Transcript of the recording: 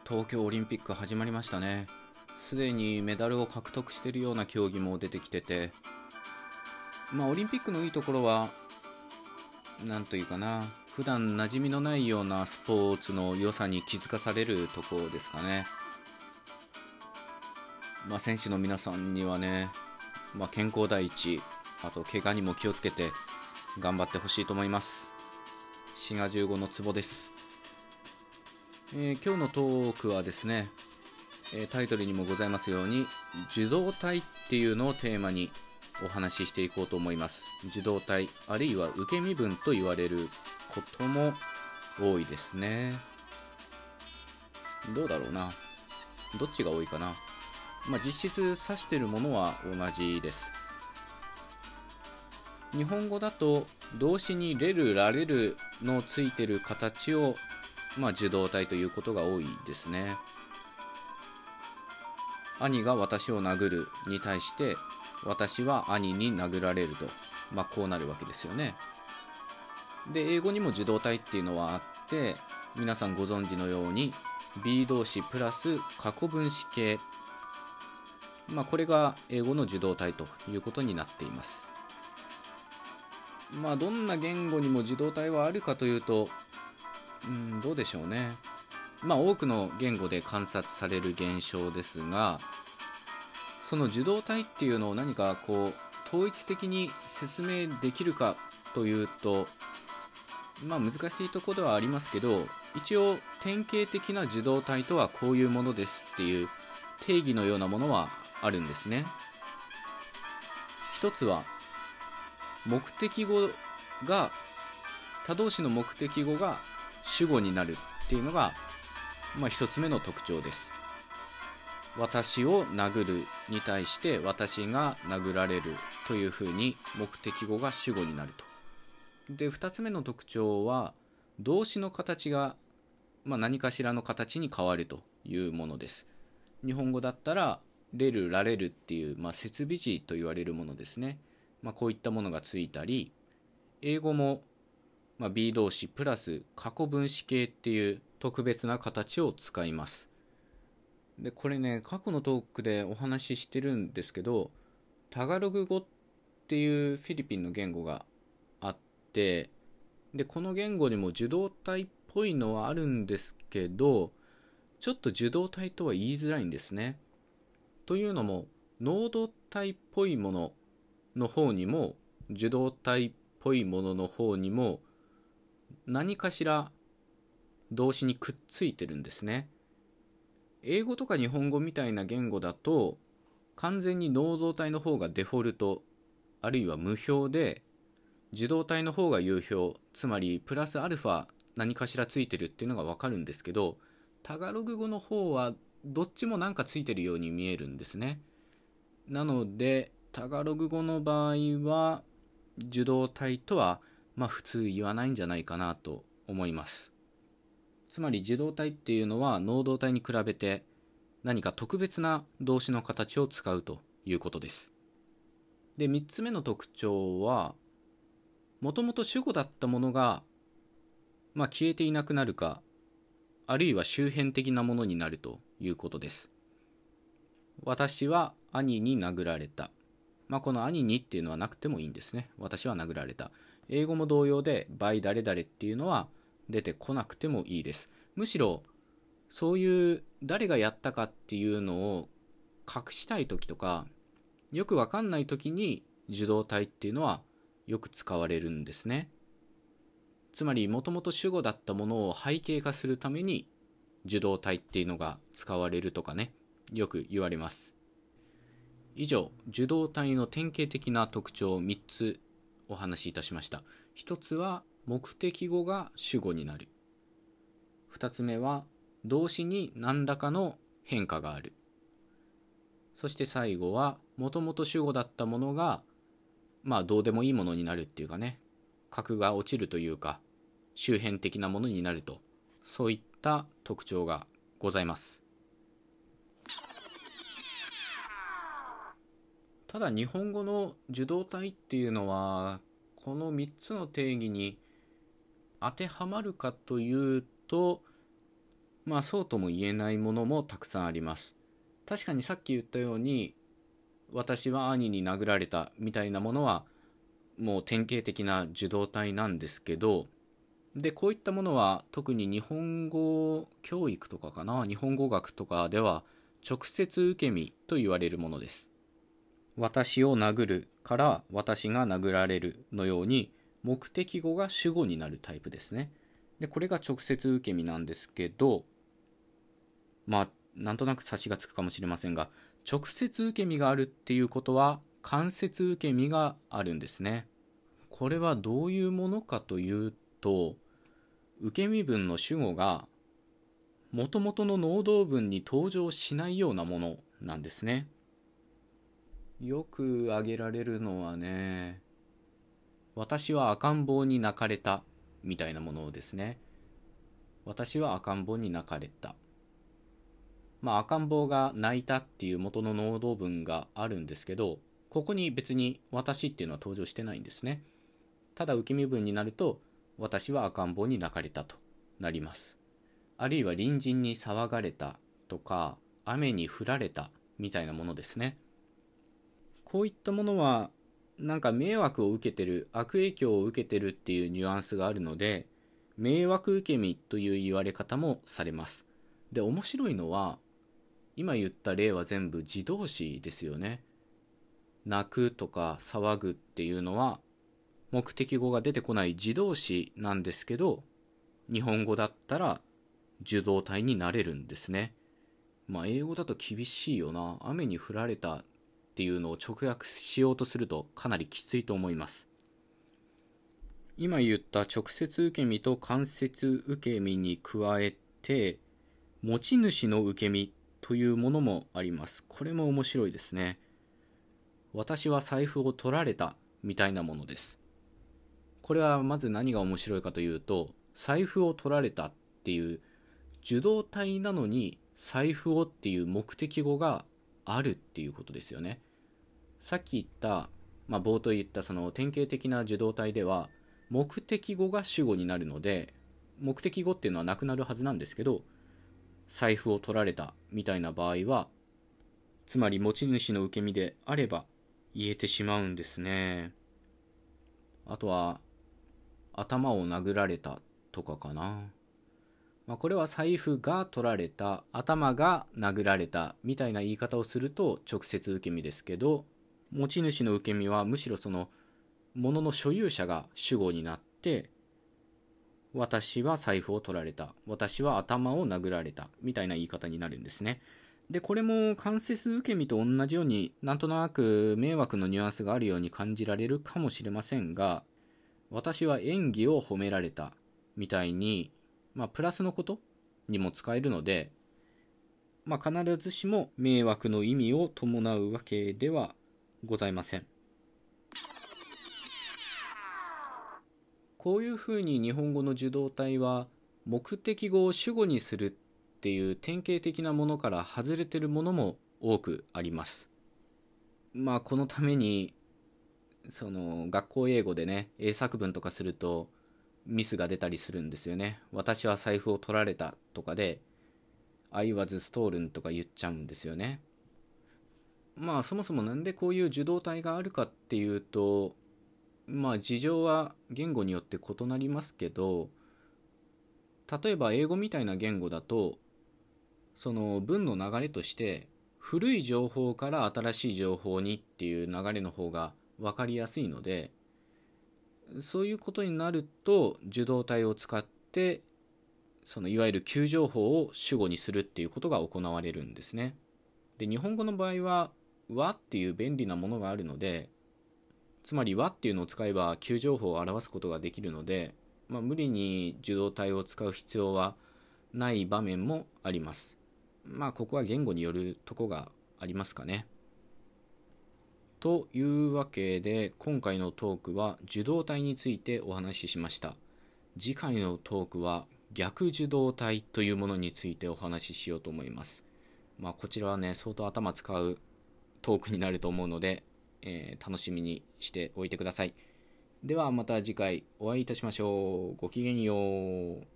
東京オリンピック始まりましたね。すでにメダルを獲得しているような競技も出てきてて、オリンピックのいいところはなんというかな、普段馴染みのないようなスポーツの良さに気づかされるところですかね。選手の皆さんにはね、健康第一、あと怪我にも気をつけて頑張ってほしいと思います。滋賀15の壺です。今日のトークはですね、タイトルにもございますように受動体っていうのをテーマにお話ししていこうと思います。受動体、あるいは受け身分と言われることも多いですね。どうだろうな、どっちが多いかな。実質指しているものは同じです。日本語だと動詞にレルラレルのついてる形を受動体ということが多いですね。兄が私を殴るに対して私は兄に殴られると、こうなるわけですよね。で、英語にも受動体っていうのはあって、皆さんご存知のように B 動詞プラス過去分詞形、これが英語の受動体ということになっています。どんな言語にも受動体はあるかというと、どうでしょうね。多くの言語で観察される現象ですが、その受動体っていうのを何か統一的に説明できるかというと、難しいところではありますけど、一応典型的な受動体とはこういうものですっていう定義のようなものはあるんですね。一つは目的語が、他動詞の目的語が主語になるっていうのが一つ目の特徴です。私を殴るに対して私が殴られるというふうに目的語が主語になると。で、二つ目の特徴は動詞の形が何かしらの形に変わるというものです。日本語だったらレルラレルっていう、接尾詞と言われるものですね。こういったものがついたり、英語も、B 動詞プラス過去分詞形っていう特別な形を使います。で、これね、過去のトークでお話ししてるんですけど、タガログ語っていうフィリピンの言語があって、でこの言語にも受動体っぽいのはあるんですけど、ちょっと受動体とは言いづらいんですね。というのも、能動体っぽいものの方にも受動体っぽいものの方にも何かしら動詞にくっついてるんですね。英語とか日本語みたいな言語だと完全に能動体の方がデフォルト、あるいは無表で、受動体の方が有表、つまりプラスアルファ何かしらついてるっていうのが分かるんですけど、タガログ語の方はどっちもなんかついてるように見えるんですね。なのでタガログ語の場合は受動体とは普通言わないんじゃないかなと思います。つまり受動体っていうのは能動体に比べて何か特別な動詞の形を使うということです。で、3つ目の特徴は、もともと主語だったものが、消えていなくなるか、あるいは周辺的なものになるということです。私は兄に殴られた。この兄にっていうのはなくてもいいんですね。私は殴られた。英語も同様で by 誰々っていうのは出てこなくてもいいです。むしろそういう誰がやったかっていうのを隠したい時とか、よくわかんない時に受動体っていうのはよく使われるんですね。つまりもともと主語だったものを背景化するために受動体っていうのが使われるとかね、よく言われます。以上、受動体の典型的な特徴を3つお話しいたしました。1つは目的語が主語になる。2つ目は動詞に何らかの変化がある。そして最後はもともと主語だったものがどうでもいいものになるっていうかね、格が落ちるというか周辺的なものになると、そういった特徴がございます。ただ日本語の受動体っていうのはこの3つの定義に当てはまるかというと、 そうとも言えないものもたくさんあります。確かにさっき言ったように、私は兄に殴られたみたいなものはもう典型的な受動体なんですけど、でこういったものは特に日本語教育とかかな、日本語学とかでは直接受け身と言われるものです。私を殴るから私が殴られるのように目的語が主語になるタイプですね。でこれが直接受け身なんですけど、なんとなく察しがつくかもしれませんが、直接受け身があるっていうことは間接受け身があるんですね。これはどういうものかというと、受け身分の主語が元々の能動文に登場しないようなものなんですね。よく挙げられるのはね、私は赤ん坊に泣かれたみたいなものですね。私は赤ん坊に泣かれた。赤ん坊が泣いたっていう元の能動文があるんですけど、ここに別に私っていうのは登場してないんですね。ただ受け身文になると、私は赤ん坊に泣かれたとなります。あるいは隣人に騒がれたとか、雨に降られたみたいなものですね。こういったものはなんか迷惑を受けてる、悪影響を受けてるっていうニュアンスがあるので、迷惑受け身という言われ方もされます。で、面白いのは、今言った例は全部自動詞ですよね。泣くとか騒ぐっていうのは目的語が出てこない自動詞なんですけど、日本語だったら受動体になれるんですね。英語だと厳しいよな。雨に降られたっていうのを直訳しようとするとかなりきついと思います。今言った直接受け身と間接受け身に加えて、持ち主の受け身というものもあります。これも面白いですね。私は財布を取られたみたいなものです。これはまず何が面白いかというと、財布を取られたっていう受動体なのに財布をっていう目的語があるっていうことですよね。さっき言った、冒頭言ったその典型的な受動体では目的語が主語になるので、目的語っていうのはなくなるはずなんですけど、財布を取られたみたいな場合は、つまり持ち主の受け身であれば言えてしまうんですね。あとは頭を殴られたとかかな。これは財布が取られた、頭が殴られたみたいな言い方をすると直接受け身ですけど、持ち主の受け身はむしろその物の所有者が主語になって、私は財布を取られた、私は頭を殴られたみたいな言い方になるんですね。でこれも間接受け身と同じようになんとなく迷惑のニュアンスがあるように感じられるかもしれませんが、私は演技を褒められたみたいに、プラスのことにも使えるので、必ずしも迷惑の意味を伴うわけではございません。こういうふうに日本語の受動体は目的語を主語にするっていう典型的なものから外れているものも多くあります。このためにその学校英語でね、英作文とかするとミスが出たりするんですよね。私は財布を取られたとかで I was stolen とか言っちゃうんですよね。そもそもなんでこういう受動体があるかっていうと、事情は言語によって異なりますけど、例えば英語みたいな言語だと、その文の流れとして古い情報から新しい情報にっていう流れの方が分かりやすいので、そういうことになると受動体を使ってそのいわゆる旧情報を主語にするっていうことが行われるんですね。で日本語の場合は和っていう便利なものがあるので、つまり和っていうのを使えば旧情報を表すことができるので、無理に受動体を使う必要はない場面もあります。ここは言語によるとこがありますかね。というわけで今回のトークは受動体についてお話ししました。次回のトークは逆受動体というものについてお話ししようと思います。こちらはね、相当頭使うトークになると思うので、楽しみにしておいてください。ではまた次回お会いいたしましょう。ごきげんよう。